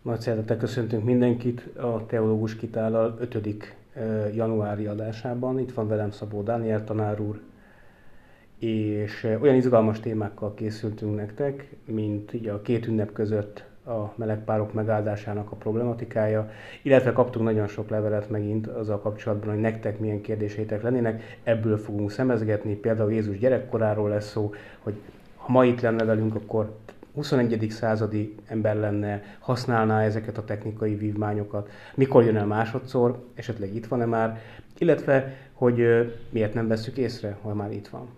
Nagy szeretettel köszöntünk mindenkit a Teológus Kitállal 5. januári adásában. Itt van velem Szabó Dániel tanár úr, és olyan izgalmas témákkal készültünk nektek, mint így a két ünnep között a melegpárok megáldásának a problematikája, illetve kaptunk nagyon sok levelet megint azzal kapcsolatban, hogy nektek milyen kérdéseitek lennének, ebből fogunk szemezgetni, például Jézus gyerekkoráról lesz szó, hogy ha ma itt lenne velünk, akkor 21. századi ember lenne, használná ezeket a technikai vívmányokat, mikor jön el másodszor, esetleg itt van-e már, illetve, hogy miért nem vesszük észre, ha már itt van.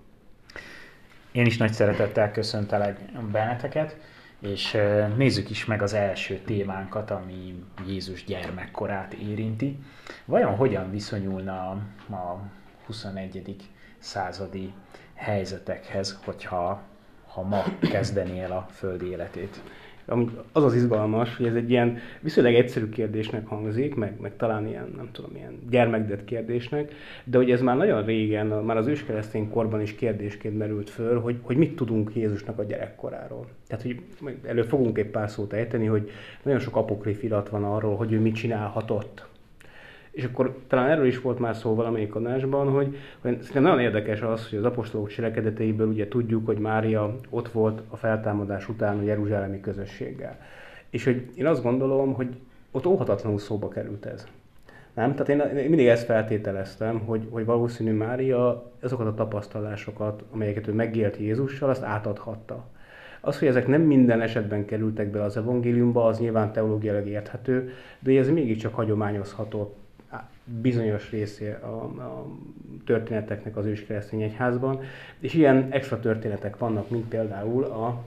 Én is nagy szeretettel köszöntelek benneteket, és nézzük is meg az első témánkat, ami Jézus gyermekkorát érinti. Vajon hogyan viszonyulna a 21. századi helyzetekhez, hogyha ma kezdené el a földi életét? Az az izgalmas, hogy ez egy ilyen viszonylag egyszerű kérdésnek hangzik, meg talán ilyen, nem tudom, ilyen gyermekdett kérdésnek, de hogy ez már nagyon régen, már az őskeresztény korban is kérdésként merült föl, hogy mit tudunk Jézusnak a gyerekkoráról. Tehát, hogy előbb fogunk egy pár szót ejteni, hogy nagyon sok apokrif irat van arról, hogy ő mit csinálhatott. És akkor talán erről is volt már szó valamelyik adásban, hogy szerintem nagyon érdekes az, hogy az apostolok cselekedeteiből ugye tudjuk, hogy Mária ott volt a feltámadás után a jeruzsálemi közösséggel. És hogy én azt gondolom, hogy ott óhatatlanul szóba került ez. Nem? Tehát én mindig ezt feltételeztem, hogy valószínű Mária azokat a tapasztalásokat, amelyeket ő megélt Jézussal, azt átadhatta. Az, hogy ezek nem minden esetben kerültek be az evangéliumba, az nyilván teológiailag érthető, de ez mégiscsak hagyományozható bizonyos része a történeteknek az őskeresztény egyházban, és ilyen extra történetek vannak, mint például a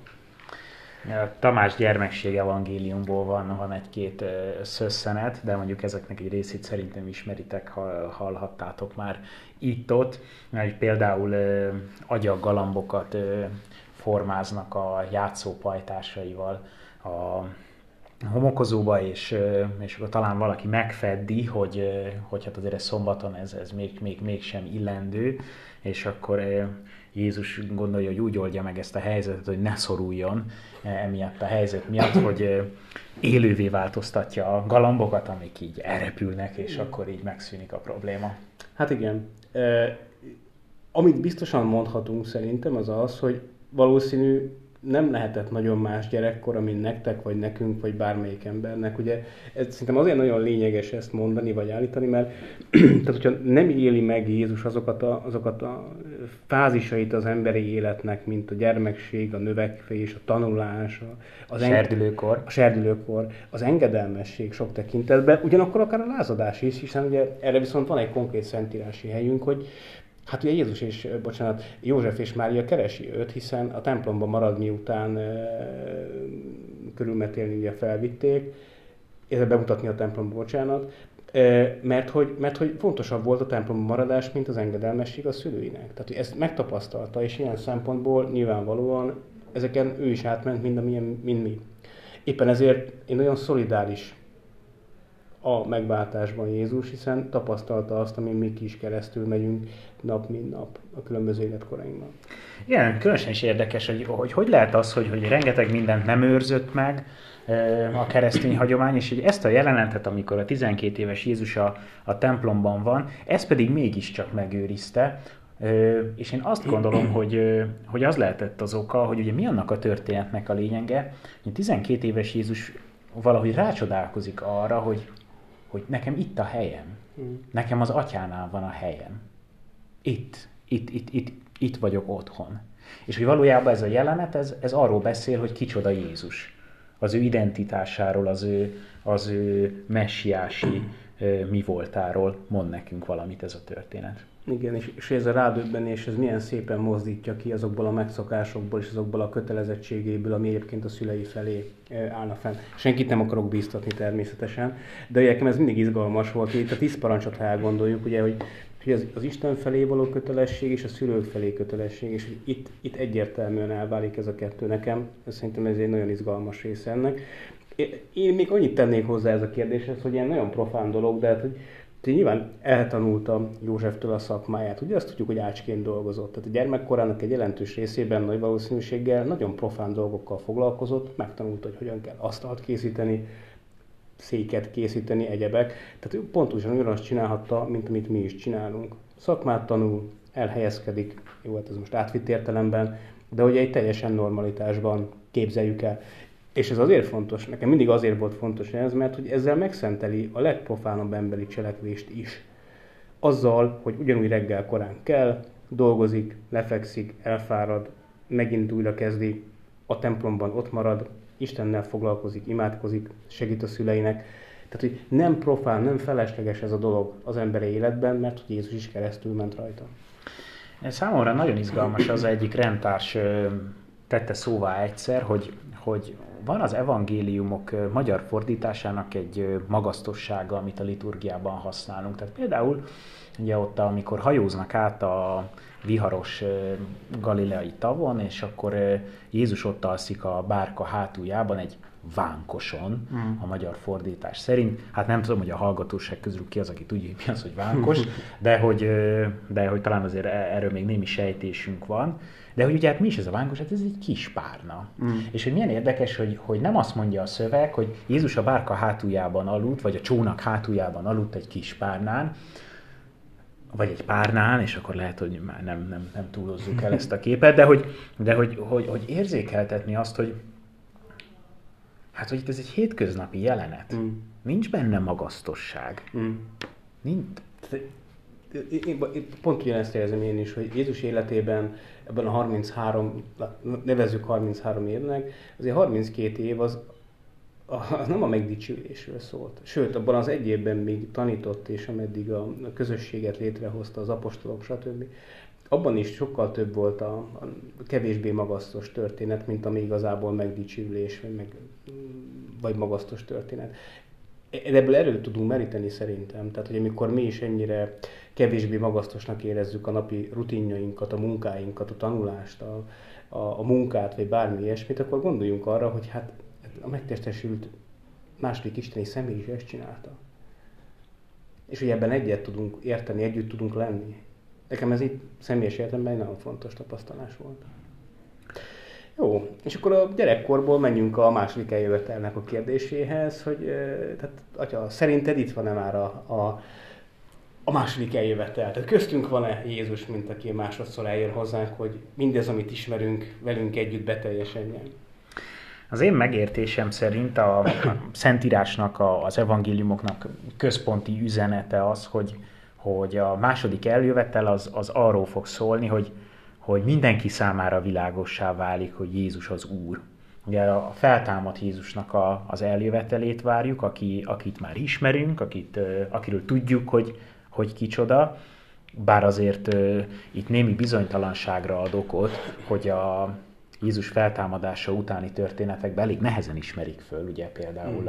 Tamás gyermekség evangéliumból van egy-két szösszenet, de mondjuk ezeknek egy részét szerintem ismeritek, hallhattátok már itt-ott, mert például agyaggalambokat formáznak a játszópajtásaival a homokozóba, és akkor talán valaki megfeddi, hogy hát azért ez szombaton ez mégsem illendő, és akkor Jézus gondolja, hogy úgy oldja meg ezt a helyzetet, hogy ne szoruljon emiatt a helyzet miatt, hogy élővé változtatja a galambokat, amik így elrepülnek, és akkor így megszűnik a probléma. Hát igen. Amit biztosan mondhatunk szerintem az az, hogy valószínű nem lehetett nagyon más gyerekkora, mint nektek, vagy nekünk, vagy bármelyik embernek. Ugye ez szerintem azért nagyon lényeges ezt mondani, vagy állítani, mert tehát, hogyha nem éli meg Jézus azokat a fázisait az emberi életnek, mint a gyermekség, a növekvés, a tanulás, a serdülőkor, az engedelmesség sok tekintetben, ugyanakkor akár a lázadás is, hiszen ugye erre viszont van egy konkrét szentírási helyünk, hogy hát ugye József és Mária keresi őt, hiszen a templomban marad, miután körülmetélni ugye felvitték, illetve bemutatni a templomba, mert hogy fontosabb volt a templomban maradás, mint az engedelmesség a szülőinek. Tehát hogy ezt megtapasztalta, és ilyen szempontból nyilvánvalóan ezeken ő is átment, mint mi. Éppen ezért én nagyon szolidáris a megváltásban Jézus, hiszen tapasztalta azt, amin mi is keresztül megyünk nap, mint nap a különböző életkorainkban. Igen, különösen is érdekes, hogy lehet az, hogy rengeteg mindent nem őrzött meg a keresztény hagyomány, és hogy ezt a jelenetet, amikor a 12 éves Jézus a templomban van, ezt pedig mégiscsak megőrizte, és én azt gondolom, hogy az lehetett az oka, hogy ugye mi annak a történetnek a lényege, hogy 12 éves Jézus valahogy rácsodálkozik arra, hogy nekem itt a helyem. Nekem az atyánál van a helyem. Itt vagyok otthon. És hogy valójában ez a jelenet, ez arról beszél, hogy kicsoda Jézus. Az ő identitásáról, az ő messiási mi voltáról mond nekünk valamit ez a történet. Igen, és ez a rádöbbenés, ez milyen szépen mozdítja ki azokból a megszokásokból és azokból a kötelezettségéből, ami egyébként a szülei felé állna fenn. Senkit nem akarok bíztatni természetesen, de nekem ez mindig izgalmas volt, hogy itt a 10 parancsot, ha elgondoljuk, ugye, hogy az Isten felé való kötelesség és a szülők felé kötelesség, és itt egyértelműen elválik ez a kettő nekem. Szerintem ez egy nagyon izgalmas része ennek. Én még annyit tennék hozzá ez a kérdéshez, hogy ilyen nagyon profán dolog, de hát, hogy nyilván eltanulta Józseftől a szakmáját. Ugye azt tudjuk, hogy ácsként dolgozott. Tehát a gyermekkorának egy jelentős részében nagy valószínűséggel nagyon profán dolgokkal foglalkozott, megtanulta, hogy hogyan kell asztalt készíteni, széket készíteni, egyebek. Tehát pontosan ugyanazt csinálhatta, mint amit mi is csinálunk. Szakmát tanul, elhelyezkedik, jó, hát ez most átvitt értelemben, de hogy egy teljesen normalitásban képzeljük el. És ez azért fontos, nekem mindig azért volt fontos ez, mert hogy ezzel megszenteli a legpofánabb emberi cselekvést is. Azzal, hogy ugyanúgy reggel korán kell, dolgozik, lefekszik, elfárad, megint újra kezdi, a templomban ott marad, Istennel foglalkozik, imádkozik, segít a szüleinek. Tehát, hogy nem profán, nem felesleges ez a dolog az emberi életben, mert hogy Jézus is keresztül ment rajta. Számomra nagyon izgalmas, az egyik rendtárs tette szóvá egyszer, hogy van az evangéliumok magyar fordításának egy magasztossága, amit a liturgiában használunk. Tehát például ugye ott, amikor hajóznak át a viharos galileai tavon, és akkor Jézus ott alszik a bárka hátuljában egy vánkoson, a magyar fordítás szerint. Hát nem tudom, hogy a hallgatóság közül ki az, aki tudja, mi az, hogy vánkos, de hogy talán azért erről még némi sejtésünk van. De hogy ugye hát mi is ez a vánkos? Hát ez egy kis párna. És hogy milyen érdekes, hogy nem azt mondja a szöveg, hogy Jézus a bárka hátuljában aludt, vagy a csónak hátuljában aludt egy kis párnán, vagy egy párnán, és akkor lehet, hogy már nem túlozzuk el ezt a képet, de hogy érzékeltetni azt, hogy hát, hogy ez egy hétköznapi jelenet. Nincs benne magasztosság. Nincs. Én pont ugyanezt érzem én is, hogy Jézus életében ebben a 33, nevezzük 33 évnek, azért 32 év az nem a megdicsülésről szólt. Sőt, abban az egy évben még tanított, és ameddig a közösséget létrehozta, az apostolok, stb. Abban is sokkal több volt a kevésbé magasztos történet, mint ami igazából megdicsülés, vagy magasztos történet. Ebből erőt tudunk meríteni szerintem. Tehát, hogy amikor mi is ennyire kevésbé magasztosnak érezzük a napi rutinjainkat, a munkáinkat, a tanulást, a munkát, vagy bármi ilyesmit, akkor gondoljunk arra, hogy hát a megtestesült második isteni személy is ezt csinálta. És hogy ebben egyet tudunk érteni, együtt tudunk lenni. Nekem ez így személyes értelemben egy nagyon fontos tapasztalás volt. Jó, és akkor a gyerekkorból menjünk a második eljövetelnek a kérdéséhez, hogy tehát, atya, szerinted itt van-e már a második eljövetel? Tehát köztünk van-e Jézus, mint aki másodszor eljön hozzánk, hogy mindez, amit ismerünk, velünk együtt beteljesedjen? Az én megértésem szerint a Szentírásnak, az evangéliumoknak központi üzenete az, hogy a második eljövetel az arról fog szólni, hogy mindenki számára világossá válik, hogy Jézus az Úr. Ugye a feltámadt Jézusnak az eljövetelét várjuk, akit már ismerünk, akiről tudjuk, hogy kicsoda, bár azért itt némi bizonytalanságra ad okot, hogy a Jézus feltámadása utáni történetekben elég nehezen ismerik föl, ugye például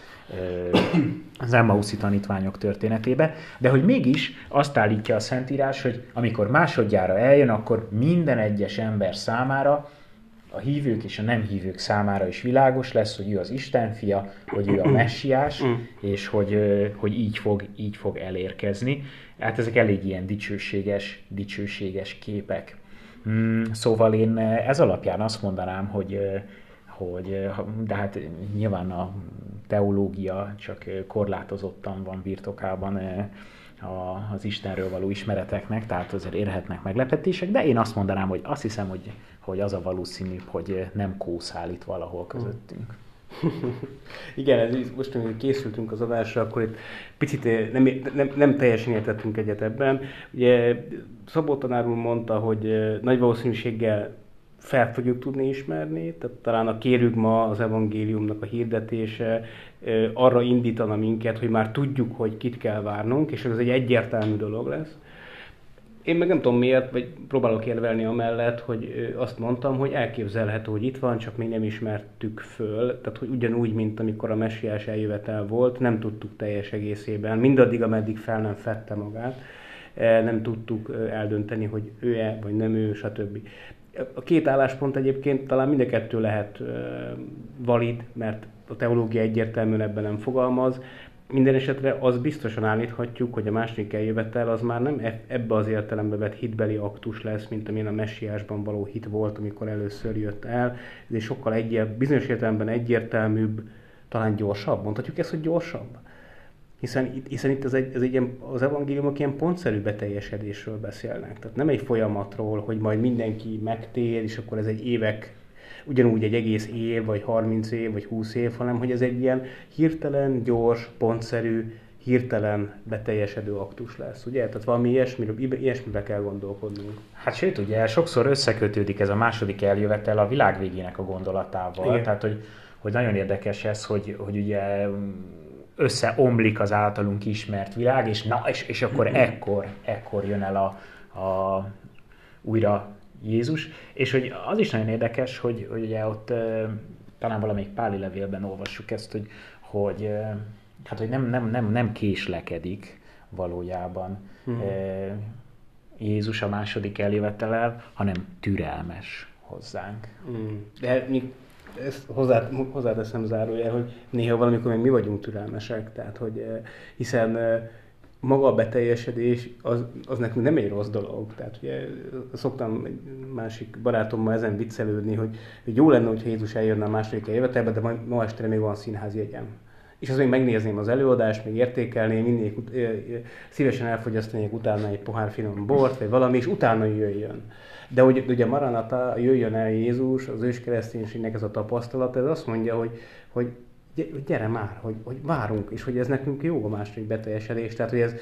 az Emmauszi tanítványok történetébe, de hogy mégis azt állítja a Szentírás, hogy amikor másodjára eljön, akkor minden egyes ember számára, a hívők és a nem hívők számára is világos lesz, hogy ő az Isten fia, hogy ő a messiás, és hogy így fog elérkezni. Hát ezek elég ilyen dicsőséges képek. Szóval én ez alapján azt mondanám, hogy de hát nyilván a teológia csak korlátozottan van birtokában az Istenről való ismereteknek, tehát azért érhetnek meglepetések, de én azt mondanám, hogy azt hiszem, hogy az a valószínűbb, hogy nem kószál itt valahol közöttünk. Igen, most, amikor készültünk az adásra, akkor itt picit nem teljesen értettünk egyet ebben. Ugye Szabó tanár úr mondta, hogy nagy valószínűséggel fel fogjuk tudni ismerni, tehát talán a kérügma, az evangéliumnak a hirdetése arra indítana minket, hogy már tudjuk, hogy kit kell várnunk, és ez egy egyértelmű dolog lesz. Én meg nem tudom miért, vagy próbálok érvelni amellett, hogy azt mondtam, hogy elképzelhető, hogy itt van, csak még nem ismertük föl. Tehát, hogy ugyanúgy, mint amikor a messiás eljövetel volt, nem tudtuk teljes egészében, mindaddig, ameddig fel nem fedte magát, nem tudtuk eldönteni, hogy ő-e, vagy nem ő, stb. A két álláspont egyébként talán mind a kettő lehet valid, mert a teológia egyértelműen ebben nem fogalmaz. Minden esetre az biztosan állíthatjuk, hogy a második eljövetel az már nem ebbe az értelembe vett hitbeli aktus lesz, mint amilyen a messiásban való hit volt, amikor először jött el. Ez egy sokkal bizonyos értelemben egyértelműbb talán gyorsabb, mondhatjuk ezt, hogy gyorsabb? Hiszen itt az evangéliumok ilyen pontszerű beteljesedésről beszélnek. Tehát nem egy folyamatról, hogy majd mindenki megtér, és akkor ez egy évek, ugyanúgy egy egész év, vagy 30 év, vagy 20 év, hanem hogy ez egy ilyen hirtelen, gyors, pontszerű, hirtelen beteljesedő aktus lesz, ugye? Tehát valami ilyesmibe kell gondolkodnunk. Hát sőt, ugye sokszor összekötődik ez a második eljövetel a világ végének a gondolatával. Igen. Tehát, hogy nagyon érdekes ez, hogy ugye összeomlik az általunk ismert világ, és akkor ekkor jön el a újra Jézus. És hogy az is nagyon érdekes, hogy ugye ott talán valamelyik Páli levélben olvassuk ezt, hogy nem késlekedik valójában Jézus a második eljövetelel, hanem türelmes hozzánk. De ezt hozzáteszem zárójel, hogy néha valamikor még mi vagyunk türelmesek, tehát hogy hiszen maga a beteljesedés az nekünk nem egy rossz dolog. Tehát ugye szoktam egy másik barátommal ezen viccelődni, hogy jó lenne, hogyha Jézus eljönne a második eljövetelbe, de ma este még van színházi jegyem. És az még megnézném az előadást, még értékelném, szívesen elfogyasztanék utána egy pohár finom bort, vagy valami, és utána jöjjön. De ugye Maranata, jöjjön el Jézus, az őskereszténységnek ez a tapasztalat, ez azt mondja, hogy gyere már, hogy várunk, és hogy ez nekünk jó a második beteljesedés. Tehát, hogy ez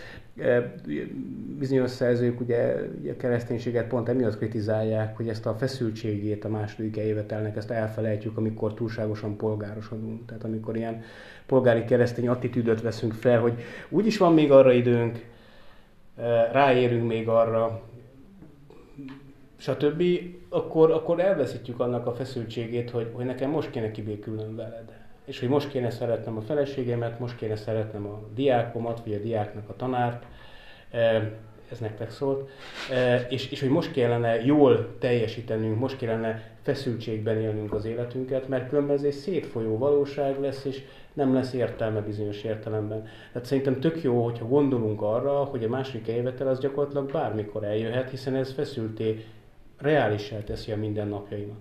bizonyos szerzők ugye a kereszténységet pont emiatt kritizálják, hogy ezt a feszültségét a második eljövetelnek ezt elfelejtjük, amikor túlságosan polgárosodunk. Tehát amikor ilyen polgári keresztény attitűdöt veszünk fel, hogy úgyis van még arra időnk, ráérünk még arra, stb., akkor elveszítjük annak a feszültségét, hogy nekem most kéne kibékülnöm veled. És hogy most kéne szeretnem a feleségemet, most kéne szeretnem a diákomat, vagy a diáknak a tanárt, ez nektek szólt, és hogy most kellene jól teljesítenünk, most kellene feszültségben élnünk az életünket, mert különben ez egy szétfolyó valóság lesz, és nem lesz értelme bizonyos értelemben. Tehát szerintem tök jó, hogyha gondolunk arra, hogy a második eljövetel az gyakorlatilag bármikor eljöhet, hiszen ez feszülté, reálissá teszi a mindennapjaimat.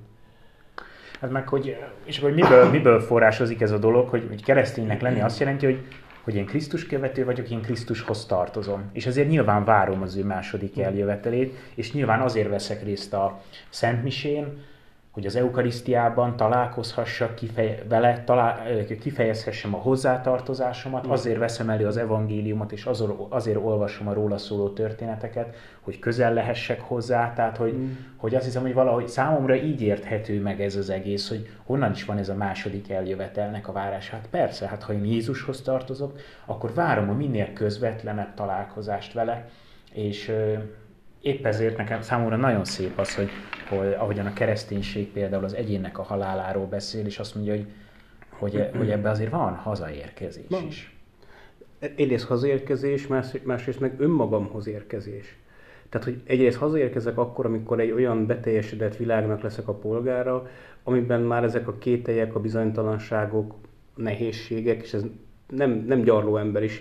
Hát meg, és akkor miből forrásozik ez a dolog, hogy kereszténynek lenni azt jelenti, hogy én Krisztus követő vagyok, én Krisztushoz tartozom. És ezért nyilván várom az ő második eljövetelét, és nyilván azért veszek részt a Szentmisén, hogy az eukarisztiában találkozhassak vele, kifejezhessem a hozzátartozásomat, azért veszem elő az evangéliumot, és azért olvasom a róla szóló történeteket, hogy közel lehessek hozzá, tehát hogy azt hiszem, hogy valahogy számomra így érthető meg ez az egész, hogy honnan is van ez a második eljövetelnek a várás. Hát persze, hát ha én Jézushoz tartozok, akkor várom a minél közvetlenebb találkozást vele, és épp ezért nekem számomra nagyon szép az, hogy ahogyan a kereszténység például az egyénnek a haláláról beszél, és azt mondja, hogy ebben azért van hazaérkezés is. Egyrészt hazaérkezés, másrészt meg önmagamhoz érkezés. Tehát, hogy egyrészt hazaérkezek akkor, amikor egy olyan beteljesedett világnak leszek a polgára, amiben már ezek a kételyek, a bizonytalanságok, nehézségek, és ez nem gyarló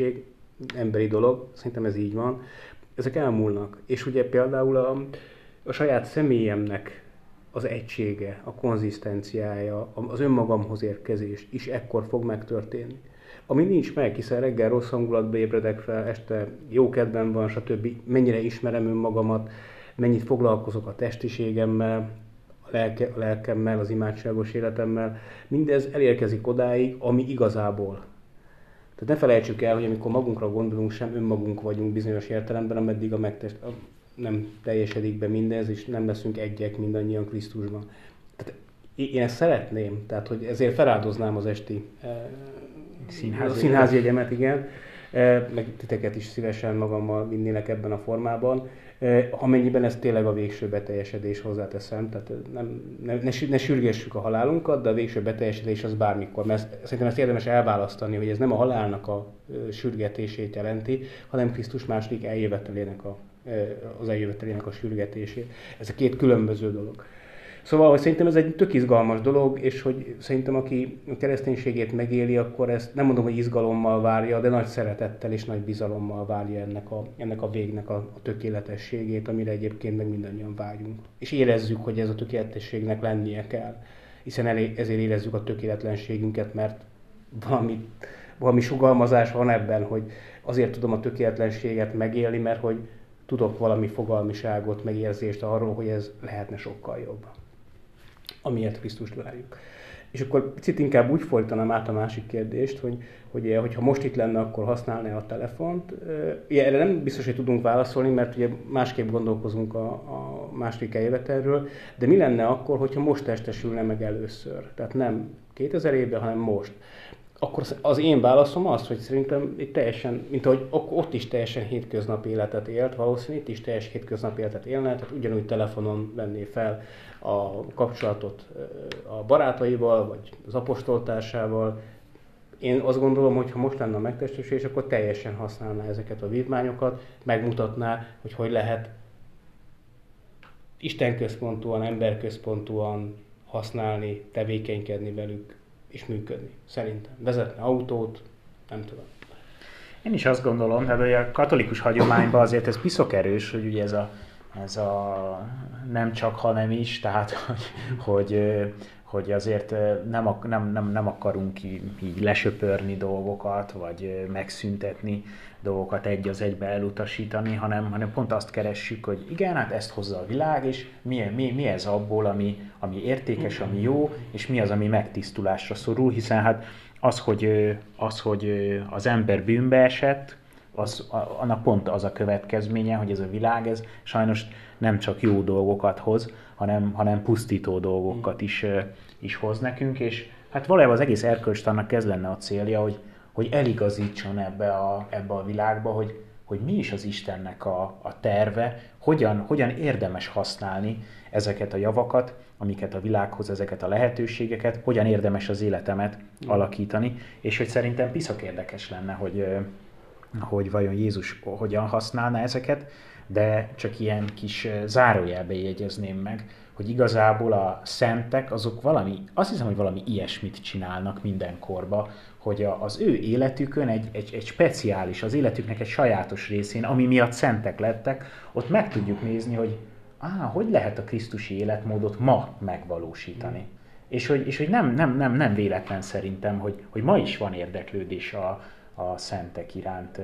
emberi dolog, szerintem ez így van, ezek elmúlnak. És ugye például a saját személyemnek az egysége, a konzisztenciája, az önmagamhoz érkezés is ekkor fog megtörténni. Ami nincs meg, hiszen reggel rossz hangulatba ébredek fel, este jó kedvem van, stb. Mennyire ismerem önmagamat, mennyit foglalkozok a testiségemmel, a lelkemmel, az imádságos életemmel. Mindez elérkezik odáig, ami igazából. Tehát ne felejtsük el, hogy amikor magunkra gondolunk, sem önmagunk vagyunk bizonyos értelemben, ameddig nem teljesedik be mindez, és nem leszünk egyek mindannyian Krisztusban. Tehát én ezt szeretném, tehát hogy ezért feláldoznám az esti színházi jegyemet, igen, meg titeket is szívesen magammal vinnélek ebben a formában, amennyiben ez tényleg a végső beteljesedés, hozzáteszem, tehát ne sürgessük a halálunkat, de a végső beteljesedés az bármikor, mert szerintem ezt érdemes elválasztani, hogy ez nem a halálnak a sürgetését jelenti, hanem Krisztus második eljövetelének az eljövetelének a sürgetését. Ez a két különböző dolog. Szóval, hogy szerintem ez egy tök izgalmas dolog, és hogy szerintem aki a kereszténységét megéli, akkor ezt nem mondom, hogy izgalommal várja, de nagy szeretettel és nagy bizalommal várja ennek a végnek a tökéletességét, amire egyébként meg mindannyian vágyunk. És érezzük, hogy ez a tökéletességnek lennie kell, hiszen ezért érezzük a tökéletlenségünket, mert valami sugalmazás van ebben, hogy azért tudom a tökéletlenséget megélni, mert hogy tudok valami fogalmiságot, megérzést arról, hogy ez lehetne sokkal jobb, amiért Krisztust várjuk. És akkor picit inkább úgy folytanám át a másik kérdést, hogyha most itt lenne, akkor használná a telefont. Ugye, erre nem biztos, hogy tudunk válaszolni, mert ugye másképp gondolkozunk a második eljövetelről, de mi lenne akkor, hogyha most testesülne meg először? Tehát nem 2000 évben, hanem most. Akkor az én válaszom az, hogy szerintem itt teljesen, mint ahogy ott is teljesen hétköznapi életet élt, valószínűleg itt is teljes hétköznapi életet élne, tehát ugyanúgy telefonon venné fel a kapcsolatot a barátaival, vagy az apostoltársával. Én azt gondolom, hogy ha most lenne a megtestesülés, akkor teljesen használná ezeket a vívmányokat, megmutatná, hogy lehet istenközpontúan, emberközpontúan használni, tevékenykedni velük és működni. Szerintem. Vezetne autót, nem tudom. Én is azt gondolom, hogy a katolikus hagyományban azért ez piszok erős, hogy ugye ez a nem csak, hanem is, tehát hogy azért nem akarunk így lesöpörni dolgokat, vagy megszüntetni dolgokat egy az egybe elutasítani, hanem pont azt keressük, hogy igen, hát ezt hozza a világ, és mi ez abból, ami értékes, ami jó, és mi az, ami megtisztulásra szorul, hiszen hát az, hogy az ember bűnbe esett, annak pont az a következménye, hogy ez a világ ez sajnos nem csak jó dolgokat hoz, hanem pusztító dolgokat is hoz nekünk, és hát valójában az egész erkölcstannak ez lenne a célja, hogy eligazítson ebbe a világba, hogy mi is az Istennek a terve, hogyan érdemes használni ezeket a javakat, amiket a világ hoz, ezeket a lehetőségeket, hogyan érdemes az életemet alakítani, és hogy szerintem piszak érdekes lenne, hogy vajon Jézus hogyan használna ezeket, de csak ilyen kis zárójelbe jegyezném meg, hogy igazából a szentek azok azt hiszem, hogy valami ilyesmit csinálnak mindenkorba, hogy az ő életükön egy speciális, az életüknek egy sajátos részén, ami miatt szentek lettek, ott meg tudjuk nézni, hogy hogy lehet a krisztusi életmódot ma megvalósítani. És hogy nem véletlen szerintem, hogy ma is van érdeklődés a szentek iránt,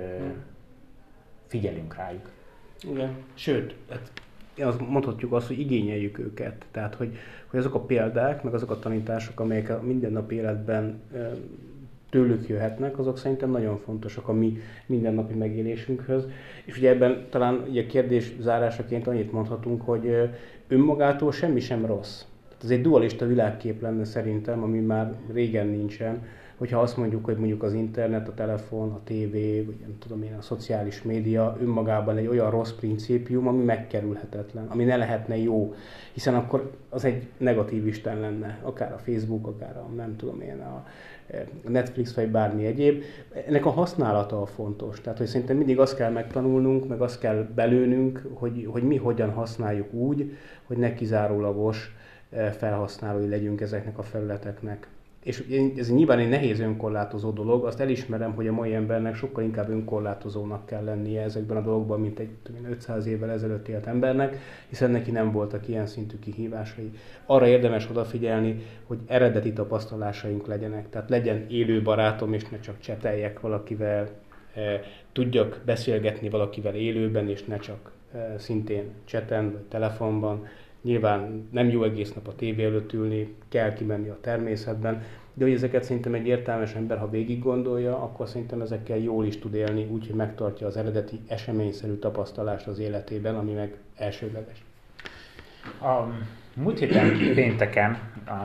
figyelünk rájuk. Igen, sőt, mondhatjuk azt, hogy igényeljük őket. Tehát, hogy azok a példák, meg azok a tanítások, amelyek a mindennapi életben tőlük jöhetnek, azok szerintem nagyon fontosak a mi mindennapi megélésünkhöz. És ugye ebben talán ugye kérdés zárásaként annyit mondhatunk, hogy önmagától semmi sem rossz. Tehát ez egy dualista világkép lenne szerintem, ami már régen nincsen, hogyha azt mondjuk, hogy mondjuk az internet, a telefon, a tévé, vagy nem tudom én, a szociális média önmagában egy olyan rossz principium, ami megkerülhetetlen, ami ne lehetne jó, hiszen akkor az egy negatív isten lenne, akár a Facebook, akár a nem tudom én, a Netflix vagy bármi egyéb. Ennek a használata a fontos. Tehát, hogy szerintem mindig azt kell megtanulnunk, meg azt kell belőnünk, hogy mi hogyan használjuk úgy, hogy ne kizárólagos felhasználói legyünk ezeknek a felületeknek. És ez nyilván egy nehéz önkorlátozó dolog, azt elismerem, hogy a mai embernek sokkal inkább önkorlátozónak kell lennie ezekben a dolgokban, mint egy 500 évvel ezelőtt élt embernek, hiszen neki nem voltak ilyen szintű kihívásai. Arra érdemes odafigyelni, hogy eredeti tapasztalásaink legyenek. Tehát legyen élő barátom, és ne csak cseteljek valakivel, tudjak beszélgetni valakivel élőben, és ne csak szintén cseten vagy telefonban. Nyilván nem jó egész nap a tévé előtt ülni, kell kimenni a természetben, de hogy ezeket szerintem egy értelmes ember, ha végig gondolja, akkor szerintem ezekkel jól is tud élni, úgyhogy megtartja az eredeti eseményszerű tapasztalást az életében, ami meg elsődleges. A múlt héten pénteken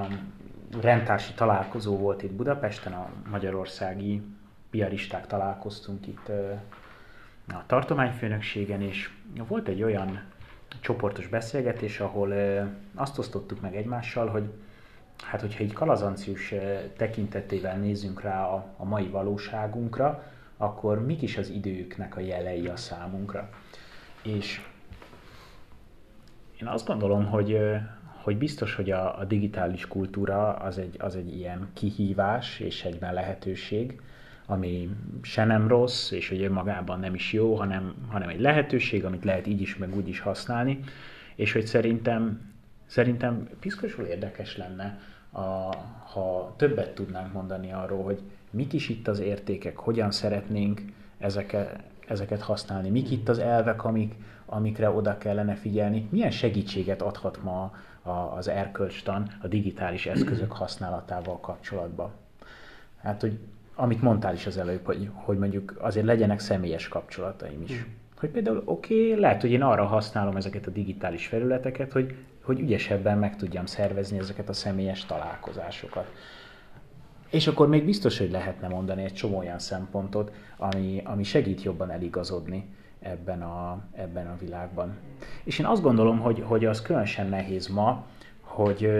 rendtársi találkozó volt itt Budapesten, a magyarországi piaristák találkoztunk itt a tartományfőnökségen, és volt egy olyan csoportos beszélgetés, ahol azt osztottuk meg egymással, hogy hát hogyha így kalazancius tekintetével nézzünk rá a mai valóságunkra, akkor mik is az időknek a jelei a számunkra. És én azt gondolom, hogy biztos, hogy a digitális kultúra az egy ilyen kihívás és egyben lehetőség, ami se nem rossz, és hogy önmagában nem is jó, hanem egy lehetőség, amit lehet így is, meg úgy is használni, és hogy szerintem piszkosul érdekes lenne ha többet tudnánk mondani arról, hogy mik is itt az értékek, hogyan szeretnénk ezeket használni, mik itt az elvek, amikre oda kellene figyelni, milyen segítséget adhat ma az erkölcstan a digitális eszközök használatával kapcsolatban. Hát, hogy amit mondtál is az előbb, hogy mondjuk azért legyenek személyes kapcsolataim is. Hogy például lehet, hogy én arra használom ezeket a digitális felületeket, hogy ügyesebben meg tudjam szervezni ezeket a személyes találkozásokat. És akkor még biztos, hogy lehetne mondani egy csomó olyan szempontot, ami segít jobban eligazodni ebben a világban. És én azt gondolom, hogy az különösen nehéz ma, hogy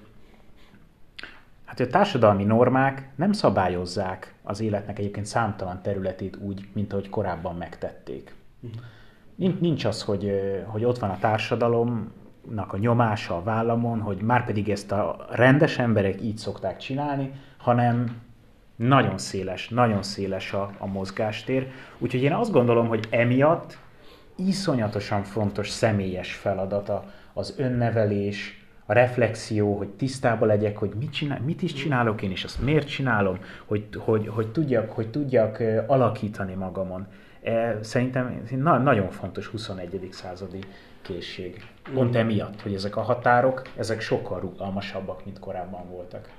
a társadalmi normák nem szabályozzák az életnek egyébként számtalan területét úgy, mint ahogy korábban megtették. Nincs az, hogy ott van a társadalomnak a nyomása a vállamon, hogy márpedig ezt a rendes emberek így szokták csinálni, hanem nagyon széles a mozgástér. Úgyhogy én azt gondolom, hogy emiatt iszonyatosan fontos személyes feladata az önnevelés, a reflexió, hogy tisztában legyek, hogy mit is csinálok én, és azt miért csinálom, hogy tudjak alakítani magamon. Szerintem nagyon fontos 21. századi készség. Pont emiatt, hogy ezek a határok, ezek sokkal rugalmasabbak, mint korábban voltak.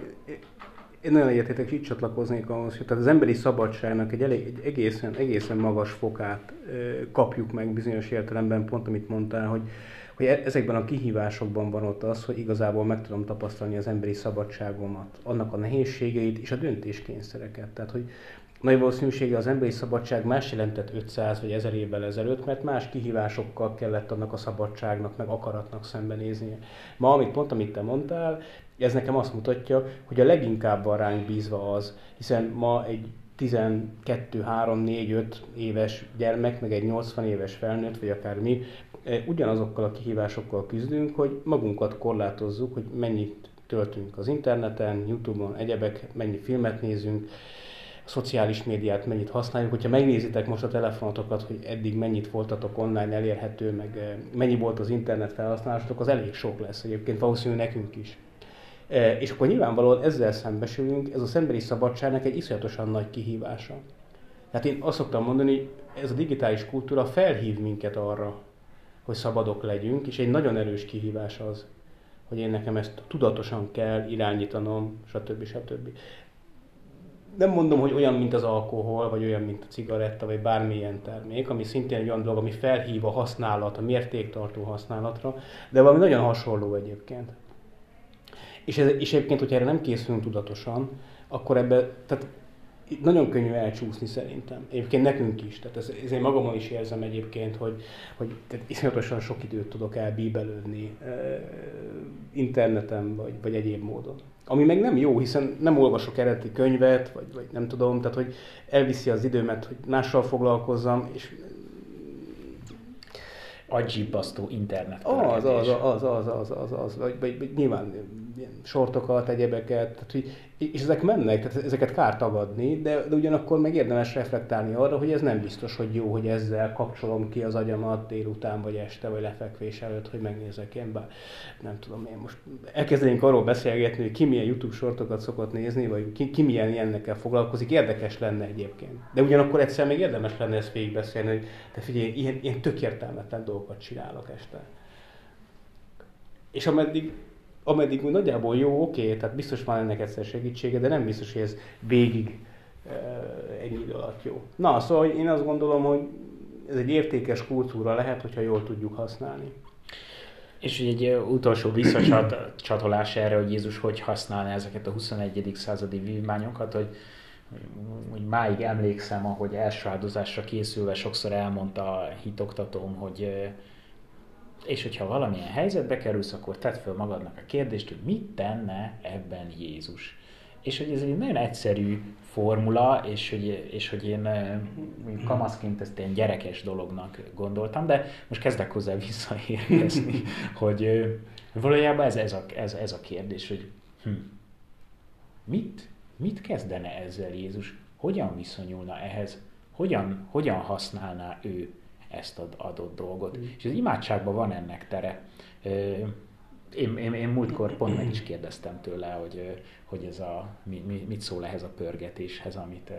Én nagyon egyetértek, és itt csatlakoznék ahhoz, hogy az emberi szabadságnak egy egészen magas fokát kapjuk meg bizonyos értelemben, pont amit mondtál, hogy ezekben a kihívásokban van ott az, hogy igazából meg tudom tapasztalni az emberi szabadságomat, annak a nehézségeit és a döntéskényszereket. Tehát, hogy nagy valószínűséggel az emberi szabadság más jelentett 500 vagy 1000 évvel ezelőtt, mert más kihívásokkal kellett annak a szabadságnak, meg akaratnak szembenéznie. Ma, amit te mondtál, ez nekem azt mutatja, hogy a leginkább van ránk bízva az, hiszen ma egy 12, 3, 4, 5 éves gyermek, meg egy 80 éves felnőtt, vagy akár mi, ugyanazokkal a kihívásokkal küzdünk, hogy magunkat korlátozzuk, hogy mennyit töltünk az interneten, YouTube-on, egyebek, mennyi filmet nézünk, a szociális médiát mennyit használjuk. Hogyha megnézitek most a telefonotokat, hogy eddig mennyit voltatok online elérhető, meg mennyi volt az internet felhasználásotok, az elég sok lesz egyébként, valószínűleg nekünk is. És akkor nyilvánvalóan ezzel szembesülünk, ez a emberi szabadságnak egy iszonyatosan nagy kihívása. Tehát én azt szoktam mondani, ez a digitális kultúra felhív minket arra, hogy szabadok legyünk, és egy nagyon erős kihívás az, hogy én nekem ezt tudatosan kell irányítanom, stb. Nem mondom, hogy olyan, mint az alkohol, vagy olyan, mint a cigaretta, vagy bármilyen termék, ami szintén egy olyan dolog, ami felhív a használat, a mértéktartó használatra, de valami nagyon hasonló egyébként. És egyébként, hogyha erre nem készülünk tudatosan, akkor tehát nagyon könnyű elcsúszni szerintem. Egyébként nekünk is. Tehát ez én magamon is érzem egyébként, hogy iszonyatosan sok időt tudok elbíbelődni interneten, vagy egyéb módon. Ami meg nem jó, hiszen nem olvasok eredeti könyvet, vagy nem tudom, tehát hogy elviszi az időmet, hogy mással foglalkozzam, és agyibbasztó internet. Vagy nyilván ilyen sortokat, egyebeket, tehát, és ezek mennek, tehát ezeket kár tagadni, de ugyanakkor meg érdemes reflektálni arra, hogy ez nem biztos, hogy jó, hogy ezzel kapcsolom ki az agyamat délután, vagy este, vagy lefekvés előtt, hogy megnézek én, bár nem tudom, én most elkezdenénk arról beszélgetni, hogy ki milyen YouTube sortokat szokott nézni, vagy ki milyen ilyennekkel foglalkozik, érdekes lenne egyébként. De ugyanakkor egyszer még érdemes lenne ezt végigbeszélni, hogy te figyelj, ilyen tök értelmetlen dolgokat csinálok este. És ameddig úgy nagyjából jó, oké, tehát biztos van ennek egyszer segítsége, de nem biztos, hogy ez végig ennyi idő alatt jó. Na, szóval én azt gondolom, hogy ez egy értékes kultúra lehet, hogyha jól tudjuk használni. És egy utolsó visszacsatolás erre, hogy Jézus hogy használná ezeket a 21. századi vívmányokat, hogy máig emlékszem, ahogy első áldozásra készülve sokszor elmondta a hitoktatóm, hogy és hogyha valamilyen helyzetbe kerülsz, akkor tedd fel magadnak a kérdést, hogy mit tenne ebben Jézus. És hogy ez egy nagyon egyszerű formula, és hogy én kamaszként ezt ilyen gyerekes dolognak gondoltam, de most kezdek hozzá visszaérkezni, hogy valójában ez a kérdés, hogy mit kezdene ezzel Jézus, hogyan viszonyulna ehhez, hogyan használná ő ezt az adott dolgot. És az imádságban van ennek tere. Én múltkor pont meg is kérdeztem tőle, hogy ez mit szól ehhez a pörgetéshez,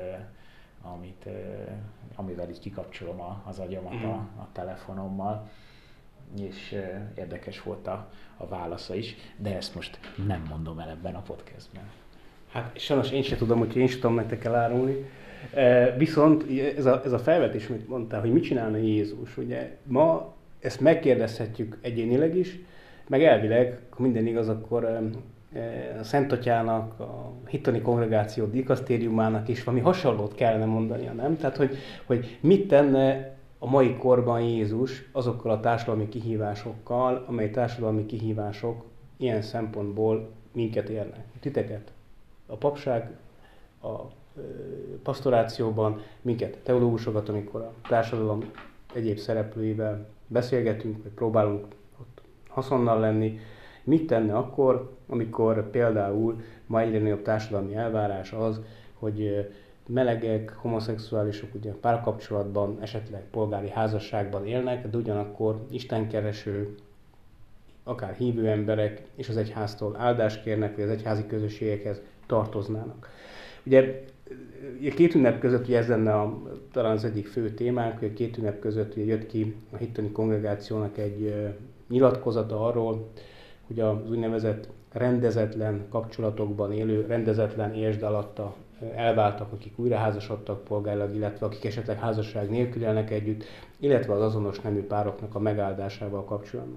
amivel így kikapcsolom az agyamat a telefonommal, és érdekes volt a válasza is, de ezt most nem mondom el ebben a podcastben. Hát sajnos én sem tudom, hogy én sem tudom nektek elárulni. Viszont ez a felvetés, amit mondtál, hogy mit csinálna Jézus, ugye ma ezt megkérdezhetjük egyénileg is, meg elvileg, ha minden igaz, akkor a Szent Atyának, a hittani kongregáció dikasztériumának is valami hasonlót kellene mondania, nem? Tehát, hogy mit tenne a mai korban Jézus azokkal a társadalmi kihívásokkal, amely társadalmi kihívások ilyen szempontból minket érnek. Titeket, a papság, a pastorációban, minket, teológusokat, amikor a társadalom egyéb szereplőivel beszélgetünk, vagy próbálunk ott haszonnal lenni, mit tenne akkor, amikor például ma egyre nagyobb társadalmi elvárás az, hogy melegek, homoszexuálisok ugye párkapcsolatban, esetleg polgári házasságban élnek, de ugyanakkor istenkereső, akár hívő emberek és az egyháztól áldást kérnek, vagy az egyházi közösségekhez tartoznának. Ugye két ünnep között ugye ez lenne talán az egyik fő témánk, hogy a két ünnep között ugye jött ki a hittani kongregációnak egy nyilatkozata arról, hogy az úgynevezett rendezetlen kapcsolatokban élő, rendezetlen értsd alatta elváltak, akik újraházasodtak polgárilag, illetve akik esetleg házasság nélkül élnek együtt, illetve az azonos nemű pároknak a megáldásával kapcsolatban.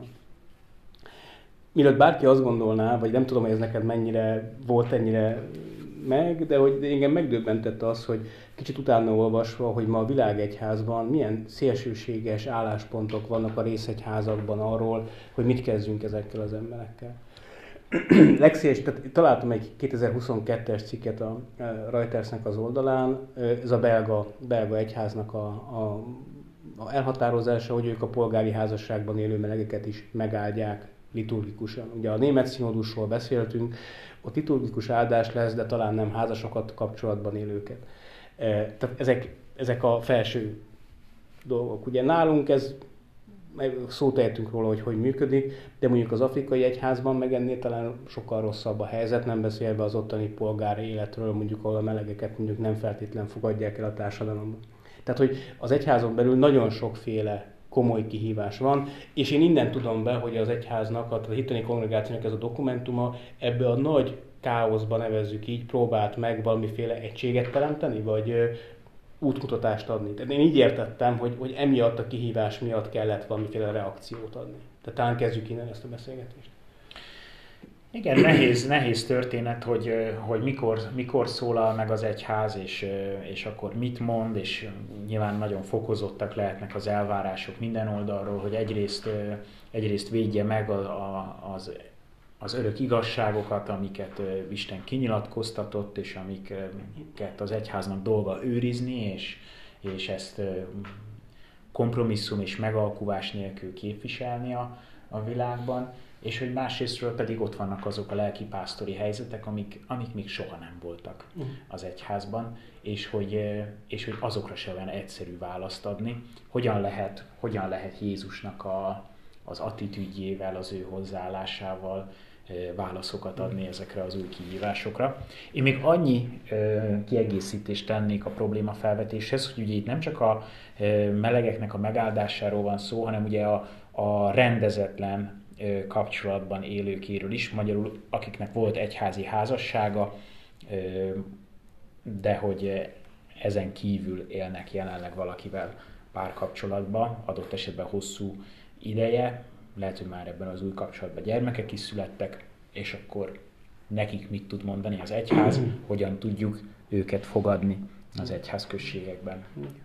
Mielőtt bárki azt gondolná, vagy nem tudom, hogy ez neked mennyire volt ennyire meg, de hogy engem megdöbbentett az, hogy kicsit utána olvasva, hogy ma a világegyházban milyen szélsőséges álláspontok vannak a részegyházakban arról, hogy mit kezdjünk ezekkel az emberekkel. Tehát találtam egy 2022-es cikket a Reutersnek az oldalán, ez a belga egyháznak a elhatározása, hogy ők a polgári házasságban élő melegeket is megáldják liturgikusan. Ugye a német színodusról beszéltünk, ott liturgikus áldás lesz, de talán nem házasokat kapcsolatban élőket. Tehát ezek a felső dolgok. Ugye nálunk szót ejtünk róla, hogy működik, de mondjuk az afrikai egyházban meg ennél talán sokkal rosszabb a helyzet, nem beszélve az ottani polgári életről, mondjuk ahol a melegeket mondjuk nem feltétlen fogadják el a társadalomban. Tehát, hogy az egyházon belül nagyon sokféle komoly kihívás van, és én innen tudom be, hogy az egyháznak, a hittani kongregációnak ez a dokumentuma ebbe a nagy káoszba, nevezzük így, próbált meg valamiféle egységet teremteni, vagy útmutatást adni. Tehát én így értettem, hogy emiatt a kihívás miatt kellett valamiféle reakciót adni. Tehát talán kezdjük innen ezt a beszélgetést. Igen, nehéz történet, hogy mikor szólal meg az egyház, és akkor mit mond, és nyilván nagyon fokozottak lehetnek az elvárások minden oldalról, hogy egyrészt védje meg az örök igazságokat, amiket Isten kinyilatkoztatott, és amiket az egyháznak dolga őrizni, és ezt kompromisszum és megalkuvás nélkül képviselni a világban, és hogy másrésztről pedig ott vannak azok a lelkipásztori helyzetek, amik még soha nem voltak az egyházban, és hogy azokra se olyan egyszerű választ adni. Hogyan lehet Jézusnak az attitűdjével, az ő hozzáállásával válaszokat adni ezekre az új kihívásokra. Én még annyi kiegészítést tennék a problémafelvetéshez, hogy ugye itt nem csak a melegeknek a megáldásáról van szó, hanem ugye a rendezetlen kapcsolatban élőkéről is, magyarul akiknek volt egyházi házassága, de hogy ezen kívül élnek jelenleg valakivel párkapcsolatban, adott esetben hosszú ideje, lehet, hogy már ebben az új kapcsolatban gyermekek is születtek, és akkor nekik mit tud mondani az egyház, hogyan tudjuk őket fogadni az egyházközségekben.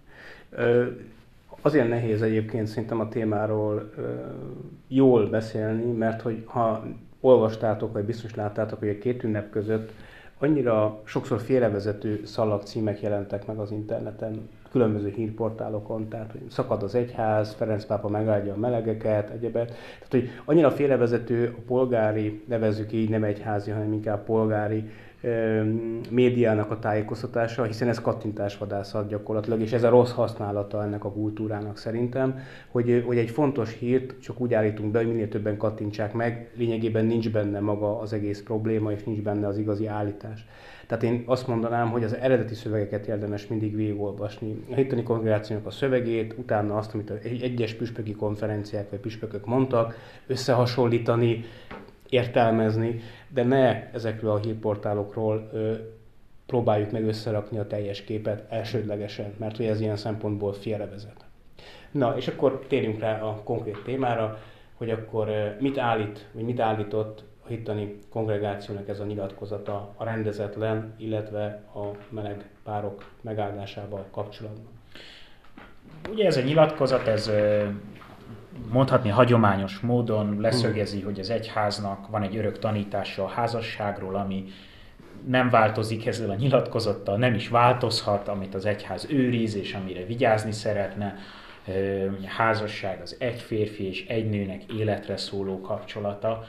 Azért nehéz egyébként szerintem a témáról jól beszélni, mert hogy ha olvastátok, vagy biztos láttátok, hogy a két ünnep között annyira sokszor félrevezető szalagcímek jelentek meg az interneten, különböző hírportálokon, tehát hogy szakad az egyház, Ferenc pápa megáldja a melegeket, egyebet. Tehát, hogy annyira félrevezető a polgári, nevezzük így, nem egyházi, hanem inkább polgári médiának a tájékoztatása, hiszen ez kattintásvadászat gyakorlatilag, és ez a rossz használata ennek a kultúrának szerintem, hogy egy fontos hírt csak úgy állítunk be, hogy minél többen kattintsák meg, lényegében nincs benne maga az egész probléma, és nincs benne az igazi állítás. Tehát én azt mondanám, hogy az eredeti szövegeket érdemes mindig végigolvasni. A hittani kongregációnak a szövegét, utána azt, amit egyes püspöki konferenciák vagy püspökök mondtak, összehasonlítani, értelmezni, de ne ezekről a hírportálokról próbáljuk meg összerakni a teljes képet elsődlegesen, mert hogy ez ilyen szempontból félrevezet. Na, és akkor térjünk rá a konkrét témára, hogy akkor mit állít, vagy mit állított a hittani kongregációnak ez a nyilatkozata a rendezetlen, illetve a meleg párok megáldásával kapcsolatban. Ugye ez a nyilatkozat, ez mondhatni hagyományos módon leszögezi, hogy az egyháznak van egy örök tanítása a házasságról, ami nem változik ezzel a nyilatkozattal, nem is változhat, amit az egyház őriz, és amire vigyázni szeretne. A házasság az egy férfi és egy nőnek életre szóló kapcsolata,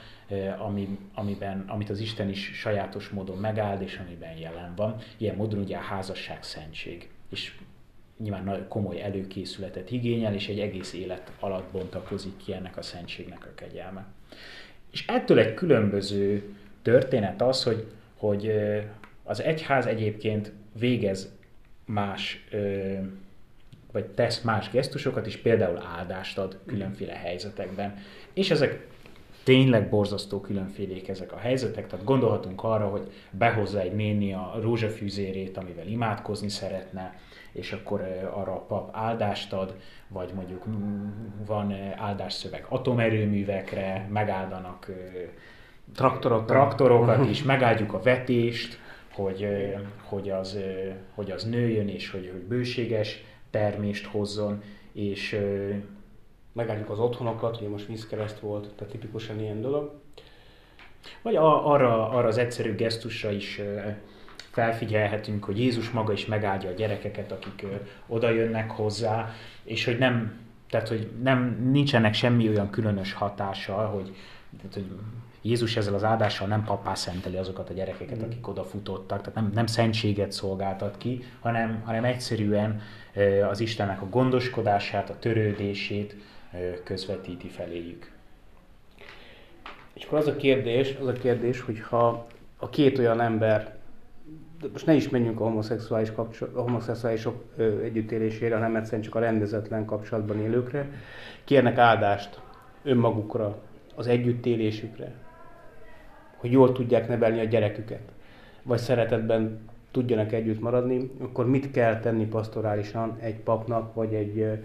amit az Isten is sajátos módon megáld, és amiben jelen van. Ilyen módon ugye a házasság szentség. És nyilván nagyon komoly előkészületet igényel, és egy egész élet alatt bontakozik ki ennek a szentségnek a kegyelme. És ettől egy különböző történet az, hogy az egyház egyébként végez más, vagy tesz más gesztusokat is, például áldást ad különféle helyzetekben. És ezek tényleg borzasztó különfélék ezek a helyzetek, tehát gondolhatunk arra, hogy behozza egy néni a rózsafűzérét, amivel imádkozni szeretne, és akkor arra a pap áldást ad, vagy mondjuk van áldásszöveg atomerőművekre, megáldanak traktorokat is, megáldjuk a vetést, hogy az nőjön, és hogy bőséges termést hozzon, és megáldjuk az otthonokat, ugye most vízkereszt volt, tehát tipikusan ilyen dolog. Vagy arra az egyszerű gesztusra is felfigyelhetünk, hogy Jézus maga is megáldja a gyerekeket, akik oda jönnek hozzá, és hogy nincsenek semmi olyan különös hatása, hogy Jézus ezzel az áldással nem pappá szenteli azokat a gyerekeket, akik odafutottak, tehát nem szentséget szolgáltat ki, hanem egyszerűen az Istennek a gondoskodását, a törődését közvetíti feléjük. És akkor az a kérdés, hogy ha a két olyan ember, most ne is menjünk a homoszexuálisok együttélésére, hanem egyszerűen csak a rendezetlen kapcsolatban élőkre, kérnek áldást önmagukra, az együttélésükre, hogy jól tudják nevelni a gyereküket, vagy szeretetben tudjanak együtt maradni, akkor mit kell tenni pasztorálisan egy papnak, vagy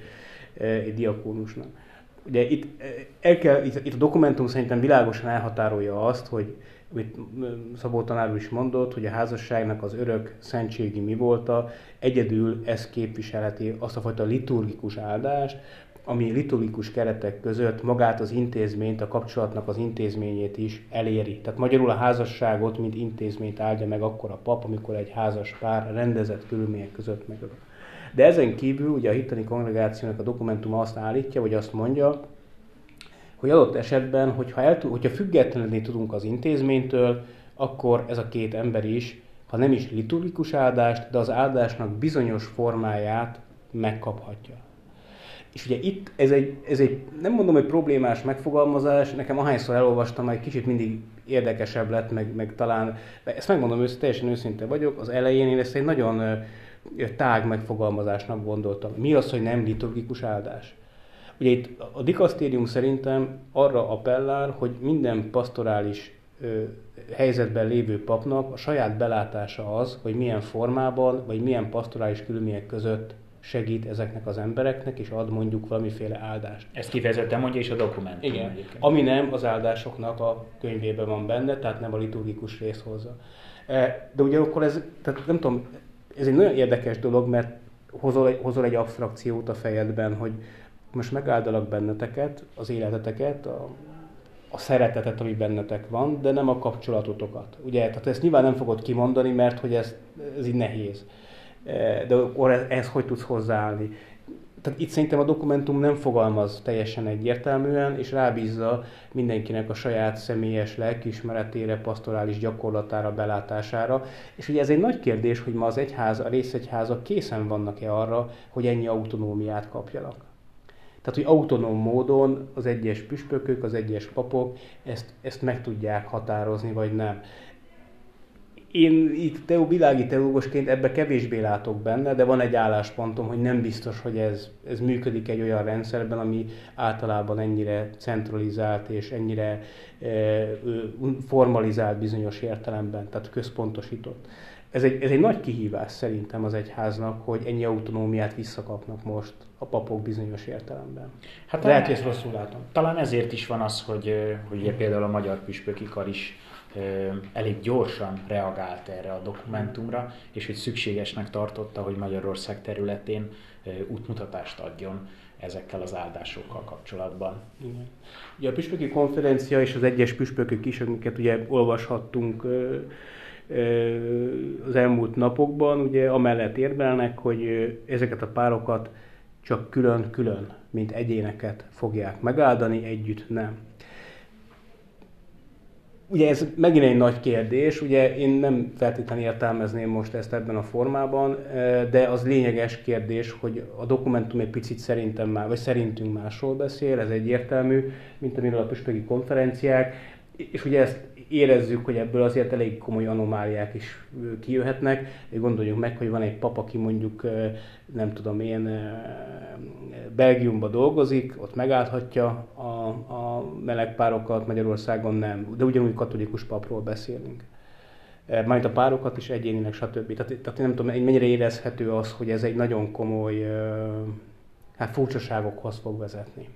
egy diakónusnak. Ugye itt a dokumentum szerintem világosan elhatárolja azt, hogy amit Szabó tanár úr is mondott, hogy a házasságnak az örök szentségi mi volta, egyedül ez képviselheti azt a fajta liturgikus áldást, ami liturgikus keretek között magát az intézményt, a kapcsolatnak az intézményét is eléri. Tehát magyarul a házasságot, mint intézményt áldja meg akkor a pap, amikor egy házas pár rendezett körülmények között megöl. De ezen kívül ugye a hittani kongregációnak a dokumentuma azt állítja, vagy azt mondja, hogy adott esetben, hogyha függetlenedni tudunk az intézménytől, akkor ez a két ember is, ha nem is liturgikus áldást, de az áldásnak bizonyos formáját megkaphatja. És ugye itt ez egy nem mondom, hogy problémás megfogalmazás, nekem ahányszor elolvastam, egy kicsit mindig érdekesebb lett, meg talán, de ezt megmondom teljesen őszinte vagyok, az elején én ezt egy nagyon tág megfogalmazásnak gondoltam. Mi az, hogy nem liturgikus áldás? Ugye itt a dikasztérium szerintem arra appellál, hogy minden pastorális helyzetben lévő papnak a saját belátása az, hogy milyen formában, vagy milyen pastorális körülmények között segít ezeknek az embereknek, és ad mondjuk valamiféle áldást. Ezt kifejezetten mondja is a dokumentum. Igen, ami nem az áldásoknak a könyvében van benne, tehát nem a liturgikus rész hozza. De ugyanakkor ez, tehát nem tudom, ez egy nagyon érdekes dolog, mert hozol egy abstrakciót a fejedben, hogy most megáldalak benneteket, az életeteket, a szeretetet, ami bennetek van, de nem a kapcsolatotokat. Ugye, tehát ezt nyilván nem fogod kimondani, mert hogy ez így nehéz. De akkor ehhez hogy tudsz hozzáállni? tehát itt szerintem a dokumentum nem fogalmaz teljesen egyértelműen, és rábízza mindenkinek a saját személyes lelkiismeretére, pastorális gyakorlatára, belátására. És ugye ez egy nagy kérdés, hogy ma az egyház, a részegyházak készen vannak-e arra, hogy ennyi autonómiát kapjanak. Tehát, hogy autonóm módon az egyes püspökök, az egyes papok ezt meg tudják határozni, vagy nem. Én itt világi teológusként ebbe kevésbé látok benne, de van egy álláspontom, hogy nem biztos, hogy ez működik egy olyan rendszerben, ami általában ennyire centralizált és ennyire formalizált bizonyos értelemben, tehát központosított. Ez egy nagy kihívás szerintem az egyháznak, hogy ennyi autonómiát visszakapnak most a papok bizonyos értelemben. Hát lehet, hogy ezt rosszul látom. Talán ezért is van az, hogy például a Magyar Püspöki Kar is elég gyorsan reagált erre a dokumentumra, és hogy szükségesnek tartotta, hogy Magyarország területén útmutatást adjon ezekkel az áldásokkal kapcsolatban. Igen. Ugye a püspöki konferencia és az egyes püspökök is, amiket ugye olvashattunk az elmúlt napokban, ugye amellett érvelnek, hogy ezeket a párokat csak külön-külön, mint egyéneket fogják megáldani, együtt nem. Ugye ez megint egy nagy kérdés, ugye én nem feltétlenül értelmezném most ezt ebben a formában, de az lényeges kérdés, hogy a dokumentum egy picit szerintünk másról beszél, ez egyértelmű, mint amiről a püspöki konferenciák, és ugye ezt érezzük, hogy ebből azért elég komoly anomáliák is kijöhetnek. Gondoljunk meg, hogy van egy pap, aki mondjuk, nem tudom én, Belgiumban dolgozik, ott megállhatja a meleg párokat, Magyarországon nem. De ugyanúgy katolikus papról beszélünk. Majd a párokat is egyénileg, stb. Tehát nem tudom, mennyire érezhető az, hogy ez egy nagyon komoly furcsaságokhoz fog vezetni.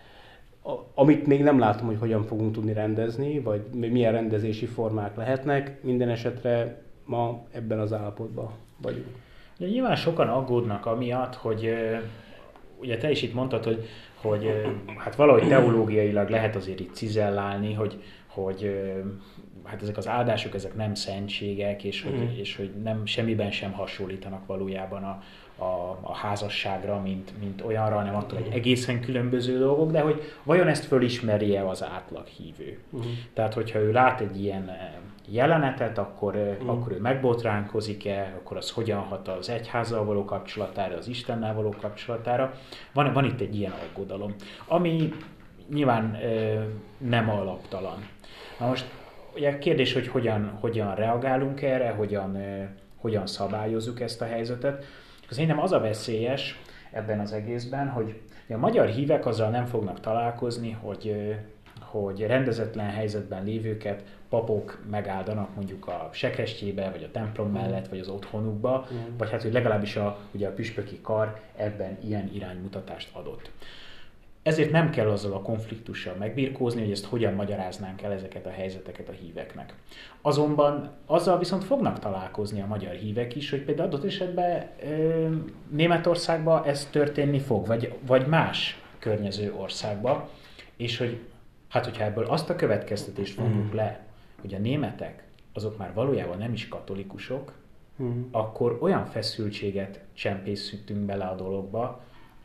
Amit még nem látom, hogy hogyan fogunk tudni rendezni, vagy milyen rendezési formák lehetnek, minden esetre ma ebben az állapotban vagyunk. Ja, nyilván sokan aggódnak amiatt, hogy ugye te is itt mondtad, hogy hát valahogy teológiailag lehet azért itt cizellálni, hogy hát ezek az áldások, ezek nem szentségek, és hogy nem semmiben sem hasonlítanak valójában a házasságra, mint olyanra, hanem attól egy egészen különböző dolgok, de hogy vajon ezt fölismeri-e az átlag hívő. Tehát, hogyha ő lát egy ilyen jelenetet, akkor ő megbotránkozik-e, akkor az hogyan hat az egyházzal való kapcsolatára, az Istennel való kapcsolatára. Van itt egy ilyen aggodalom, ami nyilván nem alaptalan. Na most ugye kérdés, hogy hogyan reagálunk erre, hogyan szabályozzuk ezt a helyzetet. Szerintem az a veszélyes ebben az egészben, hogy a magyar hívek azzal nem fognak találkozni, hogy rendezetlen helyzetben lévőket papok megáldanak mondjuk a sekrestjébe, vagy a templom mellett, vagy az otthonukba, vagy hát, hogy legalábbis ugye a püspöki kar ebben ilyen iránymutatást adott. Ezért nem kell azzal a konfliktussal megbirkózni, hogy ezt hogyan magyaráznánk el ezeket a helyzeteket a híveknek. Azonban azzal viszont fognak találkozni a magyar hívek is, hogy például adott esetben Németországban ez történni fog, vagy más környező országban, és hogy hát hogyha ebből azt a következtetést vonjuk le, hogy a németek azok már valójában nem is katolikusok, akkor olyan feszültséget csempészítünk bele a dologba,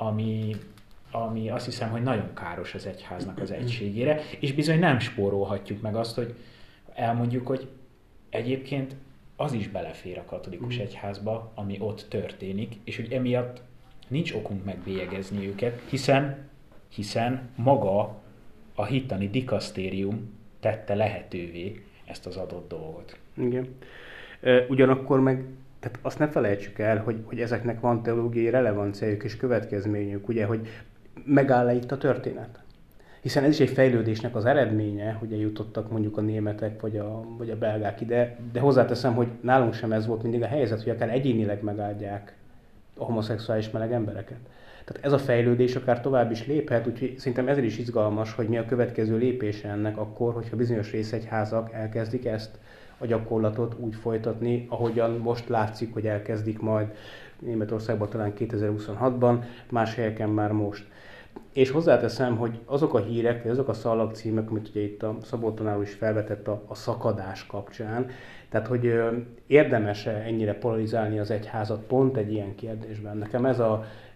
ami azt hiszem, hogy nagyon káros az egyháznak az egységére, és bizony nem spórolhatjuk meg azt, hogy elmondjuk, hogy egyébként az is belefér a katolikus egyházba, ami ott történik, és hogy emiatt nincs okunk megbélyegezni őket, hiszen maga a hittani dikasztérium tette lehetővé ezt az adott dolgot. Igen. Ugyanakkor meg tehát azt ne felejtsük el, hogy ezeknek van teológiai relevanciájuk és következményük, ugye, hogy megáll-e itt a történet? Hiszen ez is egy fejlődésnek az eredménye, hogy eljutottak mondjuk a németek vagy a belgák ide, de hozzáteszem, hogy nálunk sem ez volt mindig a helyzet, hogy akár egyénileg megáldják a homoszexuális meleg embereket. Tehát ez a fejlődés akár tovább is léphet, úgyhogy szerintem ezért is izgalmas, hogy mi a következő lépése ennek akkor, hogyha bizonyos részegyházak elkezdik ezt a gyakorlatot úgy folytatni, ahogyan most látszik, hogy elkezdik majd Németországban talán 2026-ban, más helyeken már most. És hozzáteszem, hogy azok a hírek, vagy azok a szalagcímek, amit ugye itt a Szabó tanár is felvetett a szakadás kapcsán, tehát hogy érdemes-e ennyire polarizálni az egyházat pont egy ilyen kérdésben. Nekem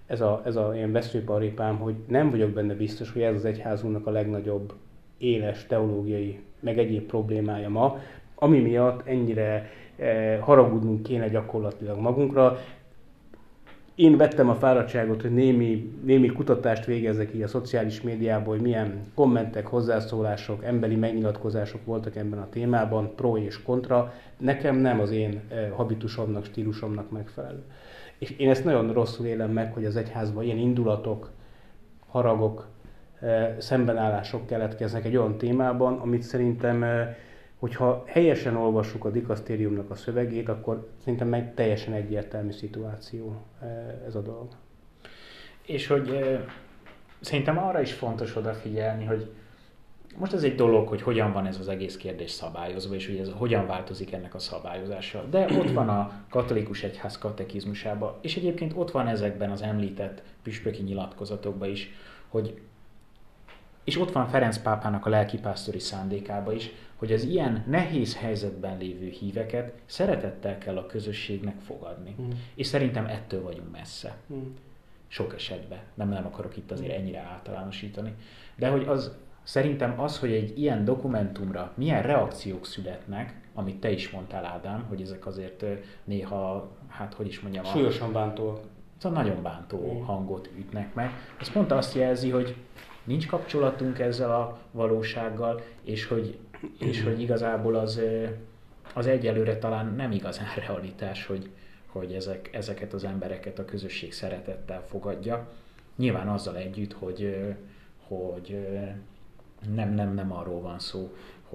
ez a ilyen veszőparipám, hogy nem vagyok benne biztos, hogy ez az egyházunknak a legnagyobb éles teológiai, meg egyéb problémája ma, ami miatt ennyire haragudnunk kéne gyakorlatilag magunkra. Én vettem a fáradtságot, hogy némi kutatást végezzek így a szociális médiában, hogy milyen kommentek, hozzászólások, emberi megnyilatkozások voltak ebben a témában, pro és kontra. Nekem nem az én habitusomnak, stílusomnak megfelelő. És én ezt nagyon rosszul élem meg, hogy az egyházban ilyen indulatok, haragok, szembenállások keletkeznek egy olyan témában, amit szerintem, hogyha helyesen olvassuk a dikasztériumnak a szövegét, akkor szerintem egy teljesen egyértelmű szituáció ez a dolog. És hogy szerintem arra is fontos odafigyelni, hogy most ez egy dolog, hogy hogyan van ez az egész kérdés szabályozva, és hogy ez hogyan változik ennek a szabályozása. De ott van a katolikus egyház katekizmusában, és egyébként ott van ezekben az említett püspöki nyilatkozatokban is, és ott van Ferenc pápának a lelkipásztori szándékában is, hogy az ilyen nehéz helyzetben lévő híveket szeretettel kell a közösségnek fogadni. És szerintem ettől vagyunk messze. Sok esetben. Nem akarok itt azért ennyire általánosítani. De hogy szerintem az, hogy egy ilyen dokumentumra milyen reakciók születnek, amit te is mondtál, Ádám, hogy ezek azért néha, hogy is mondjam... Súlyosan bántó. Szóval nagyon bántó hangot ütnek meg. Ez pont azt jelzi, hogy nincs kapcsolatunk ezzel a valósággal, és hogy igazából az egyelőre talán nem igazán realitás, hogy ezeket az embereket a közösség szeretettel fogadja. Nyilván azzal együtt, hogy nem arról van szó,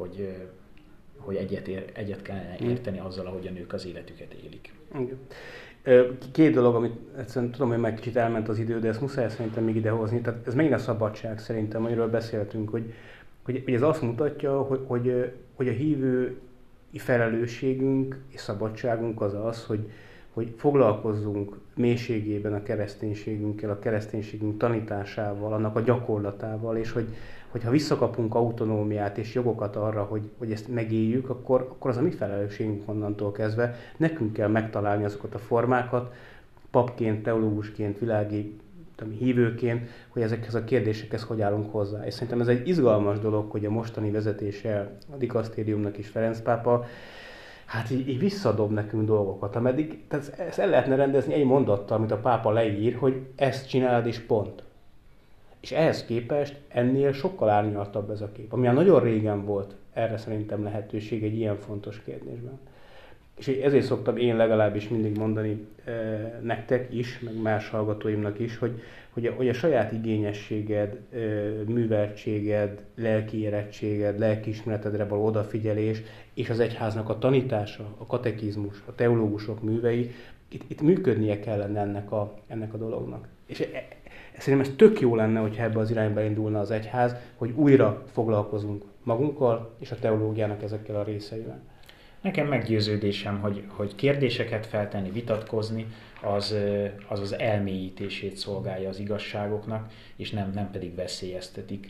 hogy egyet kellene érteni azzal, ahogy a nők az életüket élik. Igen. Két dolog, amit egyszerűen tudom, hogy már kicsit elment az idő, de ezt muszáj szerintem még idehozni. Tehát ez megint a szabadság szerintem, amiről beszéltünk, hogy ez azt mutatja, hogy a hívői felelősségünk és szabadságunk az, hogy foglalkozzunk mélységében a kereszténységünkkel, a kereszténységünk tanításával, annak a gyakorlatával, és hogyha visszakapunk autonómiát és jogokat arra, hogy ezt megéljük, akkor az a mi felelősségünk onnantól kezdve. Nekünk kell megtalálni azokat a formákat, papként, teológusként, világi hívőként, hogy ezekhez a kérdésekhez hogy állunk hozzá. És szerintem ez egy izgalmas dolog, hogy a mostani vezetése a dikasztériumnak is Ferenc pápa, így visszadob nekünk dolgokat, ameddig tehát ezt el lehetne rendezni egy mondattal, amit a pápa leír, hogy ezt csináld és pont. És ehhez képest ennél sokkal árnyaltabb ez a kép, ami nagyon régen volt erre szerintem lehetőség egy ilyen fontos kérdésben. És ezért szoktam én legalábbis mindig mondani nektek is, meg más hallgatóimnak is, hogy a saját igényességed, műveltséged, lelki érettséged, lelkiismeretedre való odafigyelés, és az egyháznak a tanítása, a katekizmus, a teológusok művei, itt működnie kellene ennek a dolognak. És szerintem ez tök jó lenne, hogyha ebbe az irányba indulna az egyház, hogy újra foglalkozunk magunkkal és a teológiának ezekkel a részeivel. Nekem meggyőződésem, hogy kérdéseket feltenni, vitatkozni, az elmélyítését szolgálja az igazságoknak, és nem pedig veszélyeztetik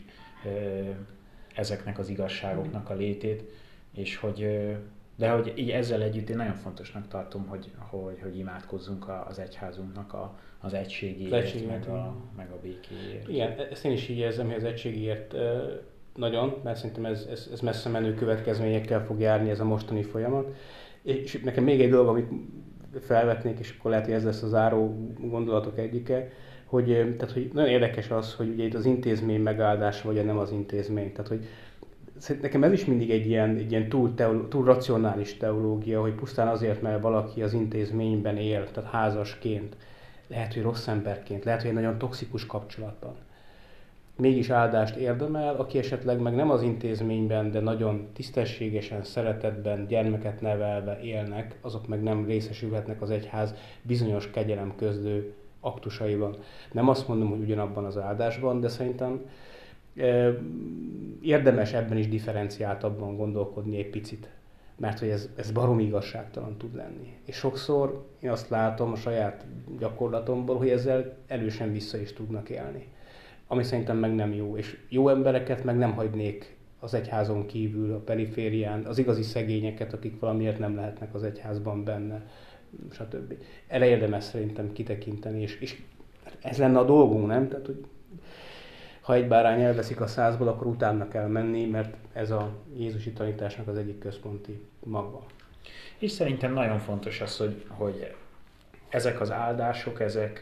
ezeknek az igazságoknak a létét, és de hogy így ezzel együtt én nagyon fontosnak tartom, hogy imádkozzunk az egyházunknak az egységéért, meg a békéért. Igen, ezt én is így érzem, hogy az egységéért nagyon, mert szerintem ez messze menő következményekkel fog járni ez a mostani folyamat. És nekem még egy dolog, amit felvetnék, és akkor lehet, hogy ez lesz a záró gondolatok egyike, hogy nagyon érdekes az, hogy ugye itt az intézmény megáldása, vagy nem az intézmény. Tehát, hogy nekem ez is mindig egy ilyen túl racionális teológia, hogy pusztán azért, mert valaki az intézményben él, tehát házasként, lehet, hogy rossz emberként, lehet, hogy egy nagyon toxikus kapcsolatban. Mégis áldást érdemel, aki esetleg meg nem az intézményben, de nagyon tisztességesen, szeretetben, gyermeket nevelve élnek, azok meg nem részesülhetnek az egyház bizonyos kegyelem közlő aktusaiban. Nem azt mondom, hogy ugyanabban az áldásban, de szerintem érdemes ebben is differenciáltabban gondolkodni egy picit. Mert hogy ez baromi igazságtalan tud lenni. És sokszor én azt látom a saját gyakorlatomból, hogy ezzel erősen vissza is tudnak élni. Ami szerintem meg nem jó. És jó embereket meg nem hagynék az egyházon kívül, a periférián, az igazi szegényeket, akik valamiért nem lehetnek az egyházban benne, stb. Erre érdemes szerintem kitekinteni, és ez lenne a dolgunk, nem? Tehát, hogy ha egy bárány elveszik a 100-ból, akkor utána kell menni, mert ez a jézusi tanításnak az egyik központi magva. És szerintem nagyon fontos az, hogy ezek az áldások,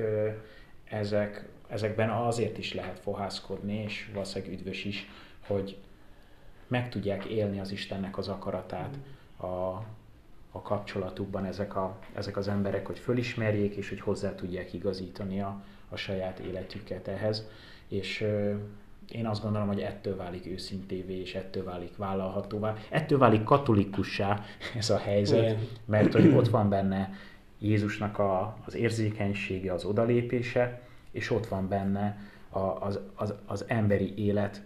ezekben azért is lehet fohászkodni, és valószínűleg üdvös is, hogy meg tudják élni az Istennek az akaratát a kapcsolatukban ezek az emberek, hogy fölismerjék, és hogy hozzá tudják igazítani a saját életüket ehhez. És én azt gondolom, hogy ettől válik őszintévé, és ettől válik vállalhatóvá, ettől válik katolikussá ez a helyzet, igen. mert hogy ott van benne Jézusnak az érzékenysége, az odalépése, és ott van benne az emberi élet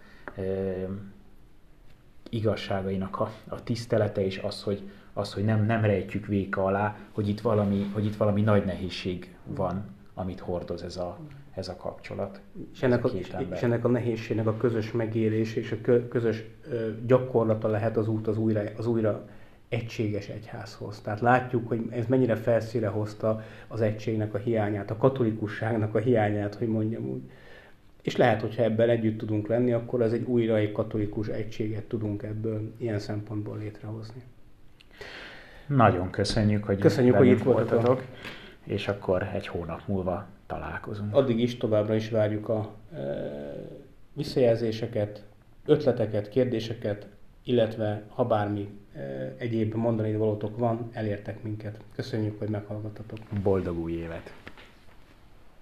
igazságainak a tisztelete, és az, hogy nem rejtjük véka alá, hogy itt valami nagy nehézség van, amit hordoz ez a kapcsolat. És ennek a nehézségnek a közös megélés és a közös gyakorlata lehet az út az újra egységes egyházhoz. Tehát látjuk, hogy ez mennyire felszínre hozta az egységnek a hiányát, a katolikusságnak a hiányát, hogy mondjam úgy. És lehet, hogyha ebben együtt tudunk lenni, akkor ez egy katolikus egységet tudunk ebből ilyen szempontból létrehozni. Nagyon köszönjük, hogy itt voltatok. És akkor egy hónap múlva találkozunk. Addig is továbbra is várjuk a visszajelzéseket, ötleteket, kérdéseket, illetve ha bármi egyéb mondani valótok van, elértek minket. Köszönjük, hogy meghallgattatok. Boldog új évet!